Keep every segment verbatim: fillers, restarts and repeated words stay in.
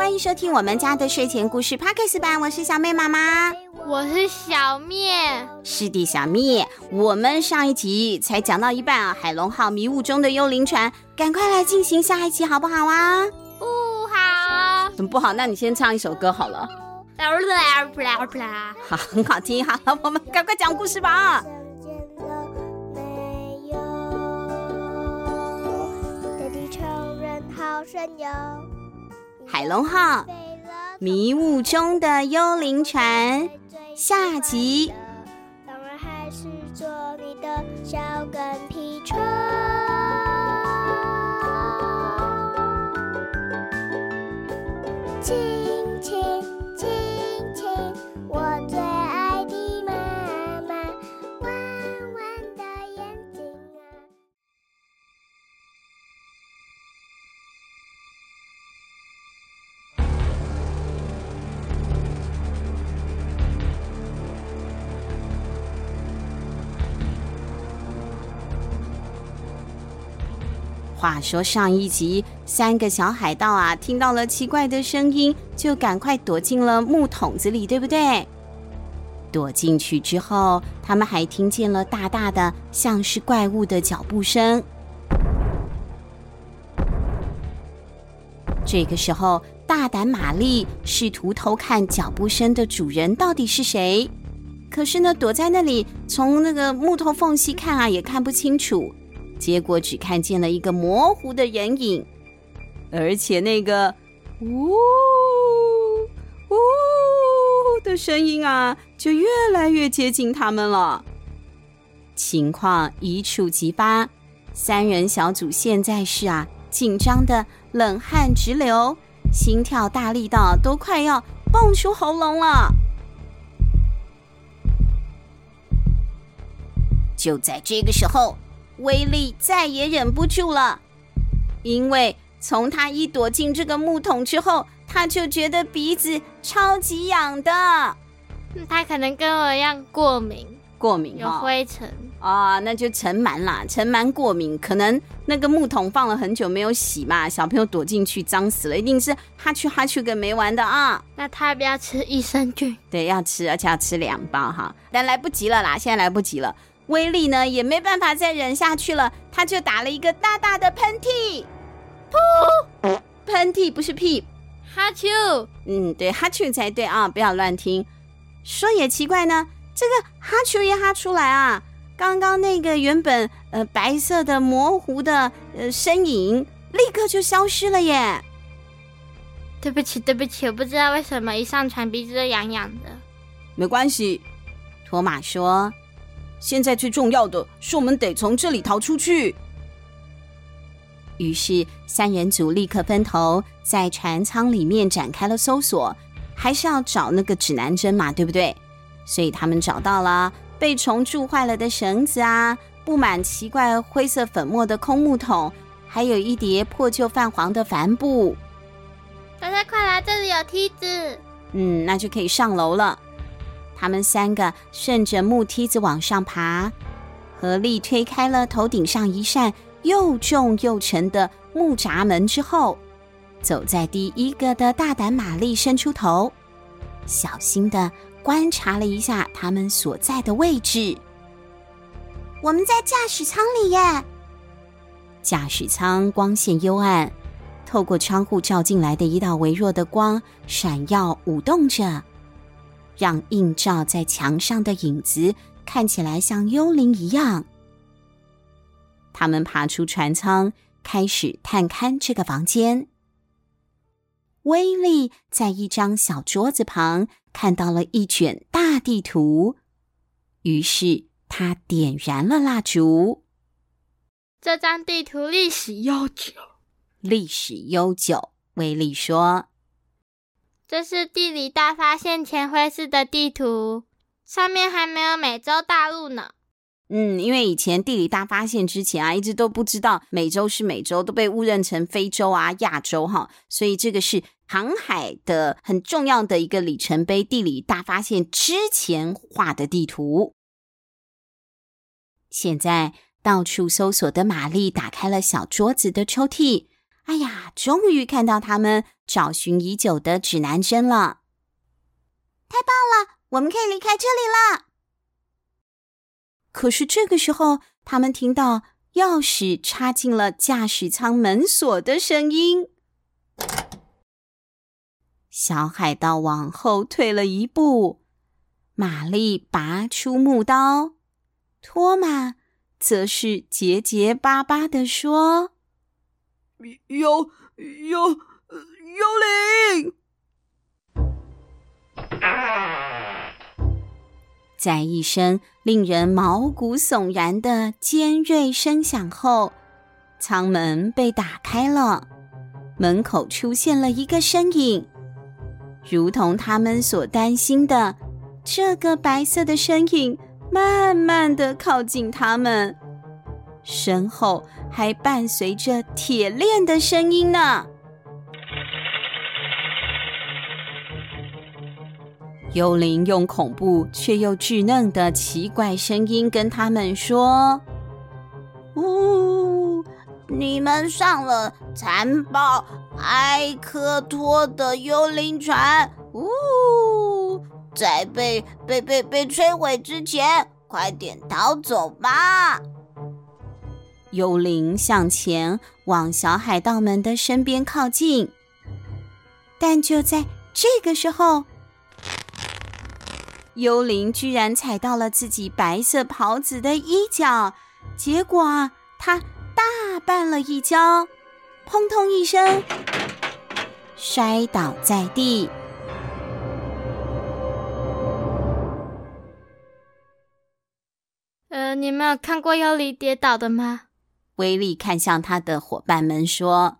欢迎收听我们家的睡前故事 Podcast 版，我是小妹妈妈， 我是小灭。 是的，小灭，我们上一集才讲到一半啊，海龙号迷雾中的幽灵船，赶快来进行下一集好不好啊？ 不好。 怎么不好？那你先唱一首歌好了。好，很好听。好了，我们赶快讲故事吧。海龙号迷雾中的幽灵船下集。当然还是做你的小跟屁虫，亲亲亲亲我最爱的妈妈，弯弯的眼睛啊。话说上一集，三个小海盗啊，听到了奇怪的声音，就赶快躲进了木桶子里，对不对？躲进去之后，他们还听见了大大的像是怪物的脚步声。这个时候，大胆玛丽试图偷看脚步声的主人到底是谁，可是呢，躲在那里，从那个木头缝隙看啊，也看不清楚。结果只看见了一个模糊的人影，而且那个呜呜的声音啊，就越来越接近他们了。情况一触即发，三人小组现在是啊，紧张的冷汗直流，心跳大力到都快要蹦出喉咙了。就在这个时候，威力再也忍不住了，因为从他一躲进这个木桶之后，他就觉得鼻子超级痒的。 他可能跟我一样过敏， 过敏、哦、 有灰尘啊，那就尘螨啦，尘螨过敏，可能那个木桶放了很久没有洗嘛，小朋友躲进去脏死了，一定是哈啾哈啾个没完的啊。 那他不要吃益生菌？对， 要吃，而且要吃两包哈，但来不及了啦，现在来不及了。威力呢也没办法再忍下去了，他就打了一个大大的喷嚏，噗！喷嚏不是屁， 哈啾。 嗯，对，哈啾才对啊，不要乱听。说也奇怪呢，这个哈啾也哈出来啊，刚刚那个原本呃白色的模糊的呃身影，立刻就消失了耶。 对不起，对不起，我不知道为什么一上船鼻子就痒痒的。 没关系，托马说。现在最重要的是我们得从这里逃出去。于是三人组立刻分头在船舱里面展开了搜索，还是要找那个指南针嘛，对不对？所以他们找到了被虫蛀坏了的绳子啊，布满奇怪灰色粉末的空木桶，还有一叠破旧泛黄的帆布。 大家快来，这里有梯子。 嗯，那就可以上楼了。他们三个顺着木梯子往上爬，合力推开了头顶上一扇又重又沉的木闸门之后，走在第一个的大胆玛丽伸出头，小心地观察了一下他们所在的位置。我们在驾驶舱里耶！驾驶舱光线幽暗，透过窗户照进来的一道微弱的光闪耀舞动着，让映照在墙上的影子看起来像幽灵一样。他们爬出船舱，开始探勘这个房间。威力在一张小桌子旁看到了一卷大地图，于是他点燃了蜡烛。 这张地图历史悠久。 历史悠久，威力说。 这是地理大发现前绘制的地图，上面还没有美洲大陆呢。 嗯，因为以前地理大发现之前啊，一直都不知道美洲是美洲，都被误认成非洲啊、亚洲哈，所以这个是航海的很重要的一个里程碑，地理大发现之前画的地图。现在到处搜索的玛丽打开了小桌子的抽屉， 哎呀，终于看到他们找寻已久的指南针了。太棒了，我们可以离开这里了。可是这个时候，他们听到钥匙插进了驾驶舱门锁的声音。小海盗往后退了一步，玛丽拔出木刀，托马则是结结巴巴地说： 幽幽幽灵！ 在一声令人毛骨悚然的尖锐声响后，舱门被打开了，门口出现了一个身影。如同他们所担心的，这个白色的身影慢慢地靠近他们，身后还伴随着铁链的声音呢。幽灵用恐怖却又稚嫩的奇怪声音跟他们说： 呜，你们上了残暴埃科托的幽灵船，呜，在被被被被摧毁之前，快点逃走吧！ 幽灵向前往小海盗们的身边靠近，但就在这个时候，幽灵居然踩到了自己白色袍子的衣角，结果啊，他大绊了一跤，砰通一声，摔倒在地。 呃，你们有看过幽灵跌倒的吗？ 威利看向他的伙伴们说：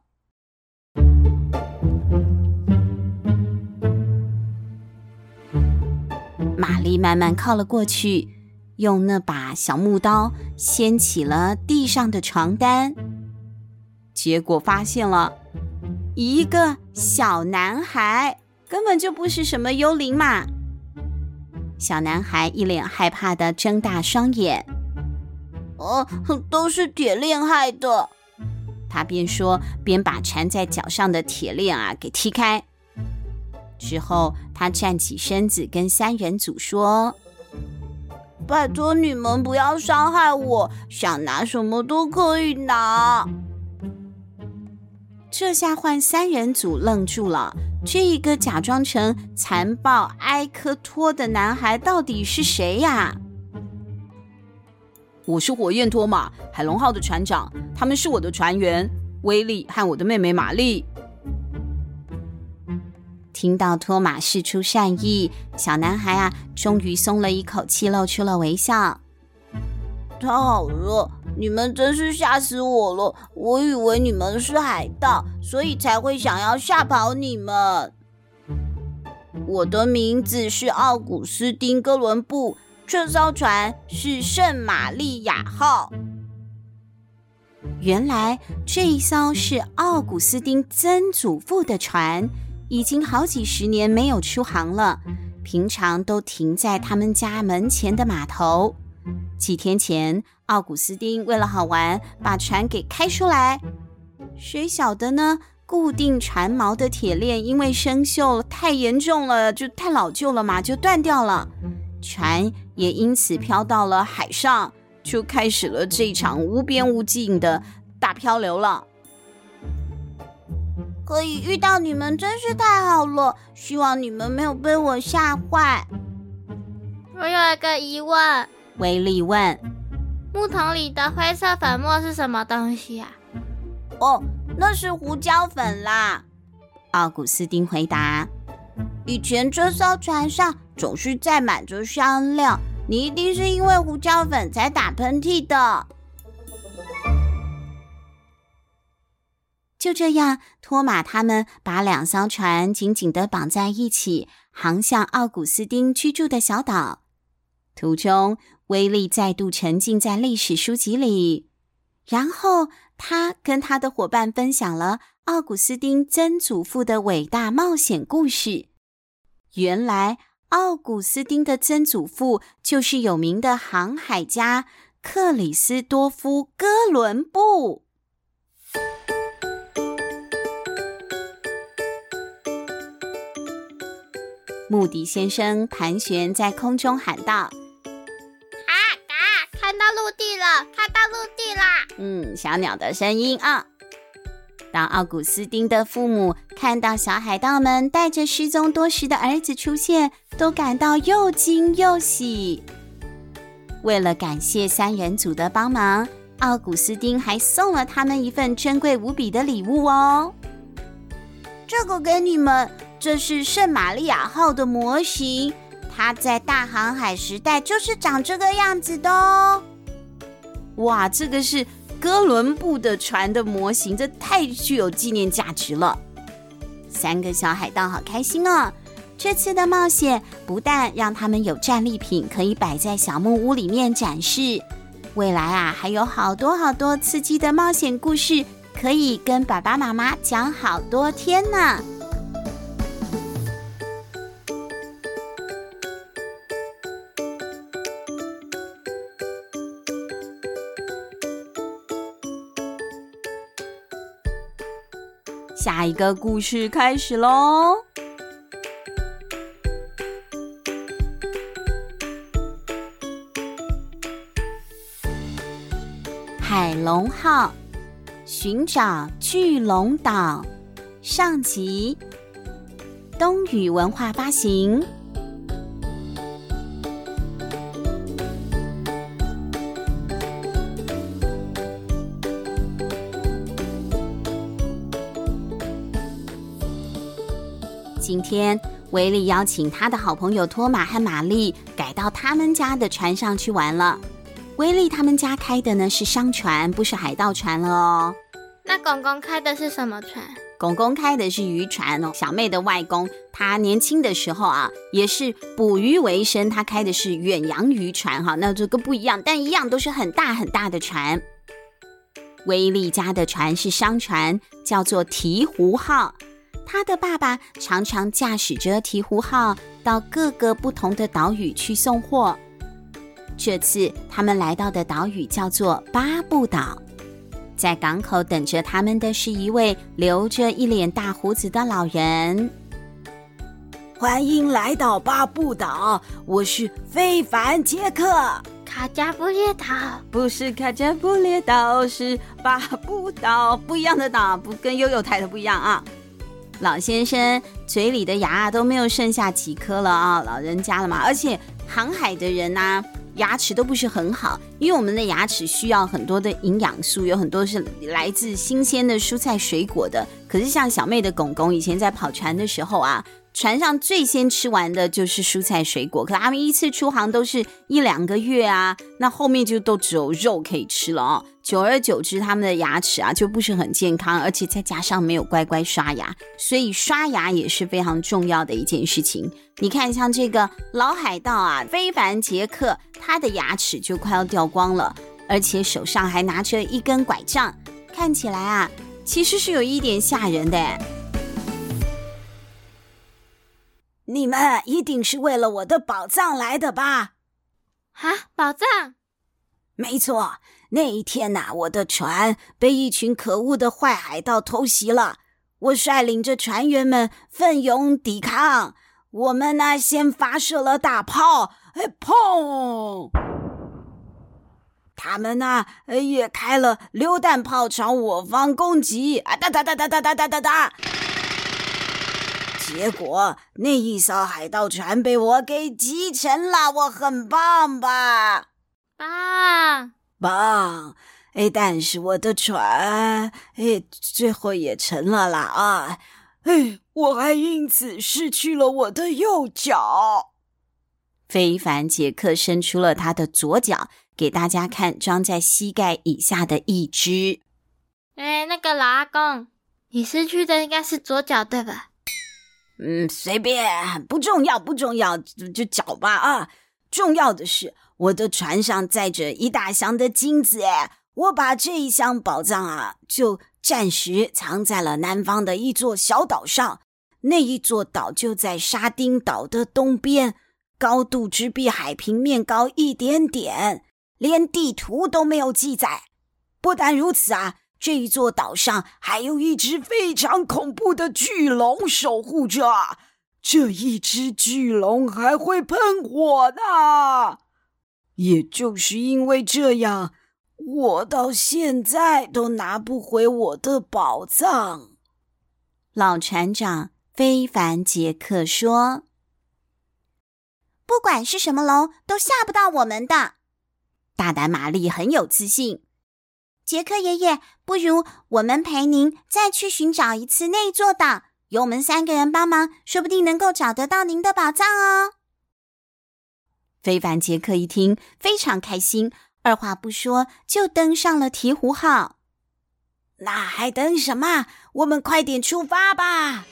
玛丽慢慢靠了过去，用那把小木刀掀起了地上的床单，结果发现了一个小男孩，根本就不是什么幽灵嘛。小男孩一脸害怕地睁大双眼， 哦，都是铁链害的。 他边说边把缠在脚上的铁链啊给踢开。之后他站起身子跟三人组说： 拜托你们不要伤害我，想拿什么都可以拿。 这下换三人组愣住了，这一个假装成残暴埃科托的男孩到底是谁呀？ 我是火焰托马，海龙号的船长，他们是我的船员威利和我的妹妹玛丽。 听到托马释出善意，小男孩啊，终于松了一口气，露出了微笑。 太好了，你们真是吓死我了！我以为你们是海盗，所以才会想要吓跑你们。我的名字是奥古斯丁·哥伦布，这艘船是圣玛利亚号。 原来这一艘是奥古斯丁曾祖父的船，已经好几十年没有出航了，平常都停在他们家门前的码头。几天前，奥古斯丁为了好玩，把船给开出来。谁晓得呢？固定船锚的铁链因为生锈太严重了，就太老旧了嘛，就断掉了。船也因此飘到了海上，就开始了这场无边无尽的大漂流了。 可以遇到你们真是太好了，希望你们没有被我吓坏。 我有一个疑问， 威利问： 木桶里的灰色粉末是什么东西啊？ 哦，那是胡椒粉啦。 奥古斯丁回答： 以前这艘船上总是载满着香料，你一定是因为胡椒粉才打喷嚏的。 就这样，托马他们把两艘船紧紧地绑在一起，航向奥古斯丁居住的小岛。途中，威利再度沉浸在历史书籍里，然后他跟他的伙伴分享了奥古斯丁曾祖父的伟大冒险故事。原来，奥古斯丁的曾祖父就是有名的航海家克里斯多夫·哥伦布。 穆迪先生盘旋在空中喊道： 啊嘎，看到陆地了，看到陆地啦！ 嗯，小鸟的声音啊。当奥古斯丁的父母看到小海盗们带着失踪多时的儿子出现，都感到又惊又喜。为了感谢三人组的帮忙，奥古斯丁还送了他们一份珍贵无比的礼物哦。 这个给你们，这是圣玛利亚号的模型，它在大航海时代就是长这个样子的哦。 哇，这个是哥伦布的船的模型，这太具有纪念价值了。三个小海盗好开心哦！这次的冒险不但让他们有战利品可以摆在小木屋里面展示，未来啊还有好多好多刺激的冒险故事可以跟爸爸妈妈讲好多天呢。下一个故事开始咯。海龙号寻找巨龙岛上集，东宇文化发行。今天威利邀请他的好朋友托马和玛丽改到他们家的船上去玩了。威利他们家开的呢是商船，不是海盗船了哦。 那公公开的是什么船？ 公公开的是渔船哦。小妹的外公他年轻的时候啊，也是捕鱼为生，他开的是远洋渔船哈。那这个不一样，但一样都是很大很大的船。威利家的船是商船，叫做鹈鹕号。他的爸爸常常驾驶着鹈鹕号到各个不同的岛屿去送货。这次他们来到的岛屿叫做巴布岛，在港口等着他们的是一位留着一脸大胡子的老人。 欢迎来到巴布岛，我是非凡杰克。 卡加布列岛不是卡加布列岛，是巴布岛，不一样的岛，不跟悠悠台的不一样啊。老先生嘴里的牙都没有剩下几颗了啊，老人家了嘛。而且航海的人啊，牙齿都不是很好，因为我们的牙齿需要很多的营养素，有很多是来自新鲜的蔬菜水果的。可是像小妹的公公以前在跑船的时候啊，船上最先吃完的就是蔬菜水果，可他们一次出航都是一两个月啊，那后面就都只有肉可以吃了哦。久而久之，他们的牙齿啊就不是很健康，而且再加上没有乖乖刷牙，所以刷牙也是非常重要的一件事情。你看，像这个老海盗啊，非凡杰克，他的牙齿就快要掉光了，而且手上还拿着一根拐杖，看起来啊，其实是有一点吓人的。 你们一定是为了我的宝藏来的吧？ 啊，宝藏？ 没错，那一天呐、啊，我的船被一群可恶的坏海盗偷袭了。我率领着船员们奋勇抵抗。我们呢，先发射了大炮，哎，砰！他们呢，也开了榴弹炮朝我方攻击，啊，哒哒哒哒哒哒哒哒哒。结果那一艘海盗船被我给击沉了，我很棒吧？ 棒棒！哎，但是我的船，哎，最后也沉了啦啊！哎，我还因此失去了我的右脚。 非凡杰克伸出了他的左脚，给大家看装在膝盖以下的一只。 哎，那个老阿公，你失去的应该是左脚对吧？ 嗯，随便，不重要，不重要，就就找吧啊！重要的是，我的船上载着一大箱的金子，哎，我把这一箱宝藏啊，就暂时藏在了南方的一座小岛上。那一座岛就在沙丁岛的东边，高度只比海平面高一点点，连地图都没有记载。不但如此啊，这一座岛上还有一只非常恐怖的巨龙守护着。 这一只巨龙还会喷火呢。也就是因为这样，我到现在都拿不回我的宝藏。 老船长非凡杰克说： 不管是什么龙，都吓不到我们的。 大胆玛丽很有自信。 杰克爷爷，不如我们陪您再去寻找一次那座岛，有我们三个人帮忙，说不定能够找得到您的宝藏哦。 非凡杰克一听非常开心，二话不说就登上了鹈鹕号。 那还等什么？我们快点出发吧！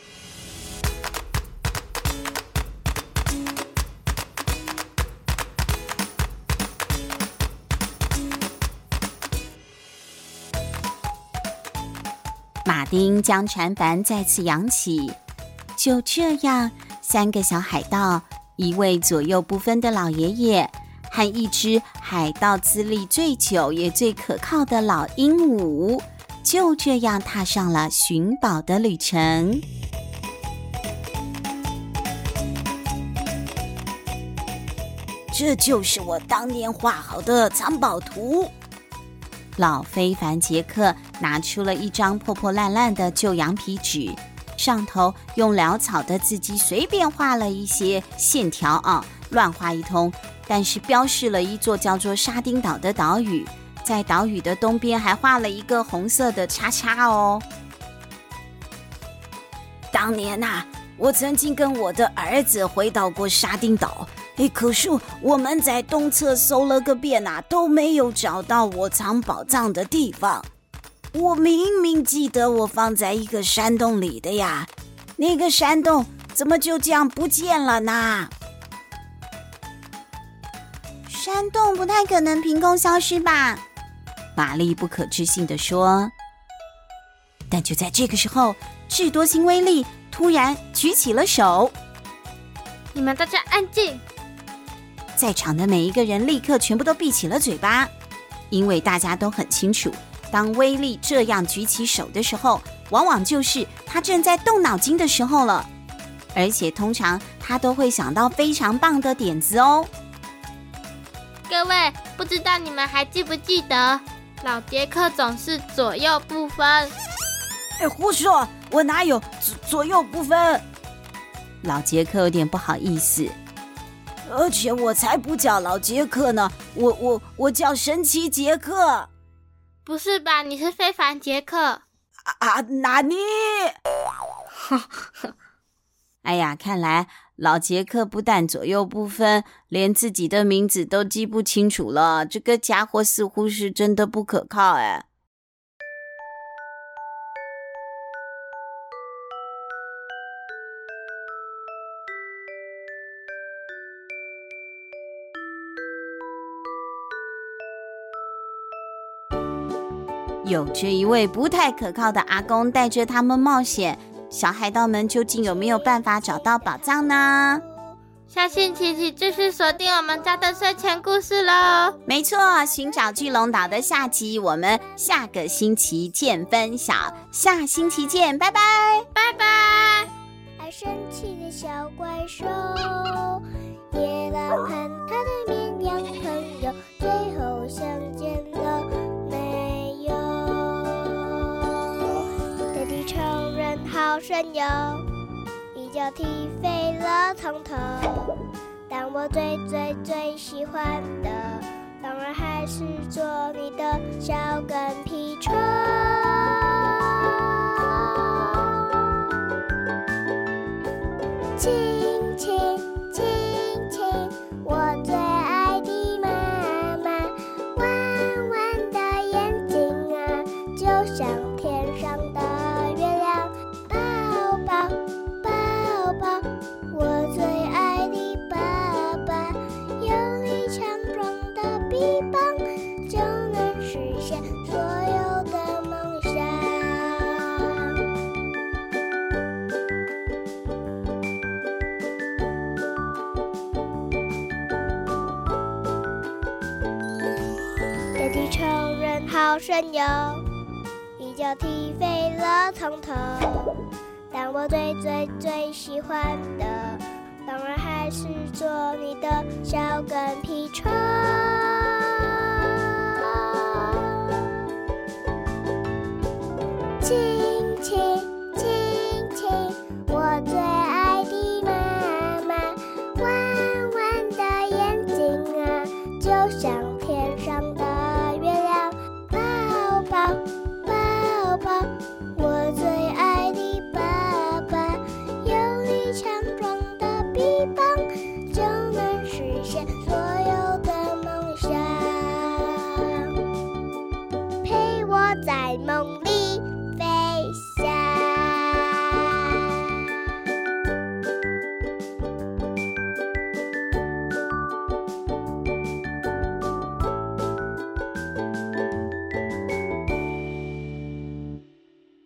马丁将船帆再次扬起，就这样，三个小海盗，一位左右不分的老爷爷，和一只海盗资历最久也最可靠的老鹦鹉，就这样踏上了寻宝的旅程。 这就是我当年画好的藏宝图。 老非凡杰克拿出了一张破破烂烂的旧羊皮纸，上头用潦草的字迹随便画了一些线条啊，乱画一通，但是标示了一座叫做沙丁岛的岛屿，在岛屿的东边还画了一个红色的叉叉哦。 当年啊，我曾经跟我的儿子回到过沙丁岛，诶，可是我们在东侧搜了个遍啊，都没有找到我藏宝藏的地方。我明明记得我放在一个山洞里的呀，那个山洞怎么就这样不见了呢？ 山洞不太可能凭空消失吧？ 玛丽不可置信地说。但就在这个时候，智多星威力突然举起了手。 你们大家安静！ 在场的每一个人立刻全部都闭起了嘴巴，因为大家都很清楚，当威力这样举起手的时候，往往就是他正在动脑筋的时候了，而且通常他都会想到非常棒的点子哦。 各位，不知道你们还记不记得，老杰克总是左右不分。 哎，胡说，我哪有左左右不分？ 老杰克有点不好意思。 而且我才不叫老杰克呢，我我我叫神奇杰克。 不是吧？你是非凡杰克。 啊啊，哪里？ 哎呀，看来老杰克不但左右不分，连自己的名字都记不清楚了。这个家伙似乎是真的不可靠哎。有着一位不太可靠的阿公带着他们冒险，小海盗们究竟有没有办法找到宝藏呢？ 下星期起继续锁定我们家的睡前故事喽！ 没错，寻找巨龙岛的下集，我们下个星期见分晓。下星期见，拜拜， 拜拜。 爱生气的小怪兽，野狼和他的绵羊朋友，最后相见了没有？爹地超人好神勇，一脚踢飞了从头。但我最最最喜欢的，当然还是做你的小跟屁虫。亲亲亲亲，我最爱的妈妈，弯弯的眼睛啊，就像天上的月亮。抱抱抱抱，我最爱的爸爸，有一强壮的臂膀，就能实现所有的梦想。爹地超人好神勇，一脚踢飞了从头。 但我最最最喜欢的，当然还是做你的小跟屁虫。亲亲亲亲，我最爱的妈妈，弯弯的眼睛啊，就像天上的月亮。抱抱抱抱，我最爱的爸爸，有你强壮的臂膀，就能实现所有的梦想。陪我在梦里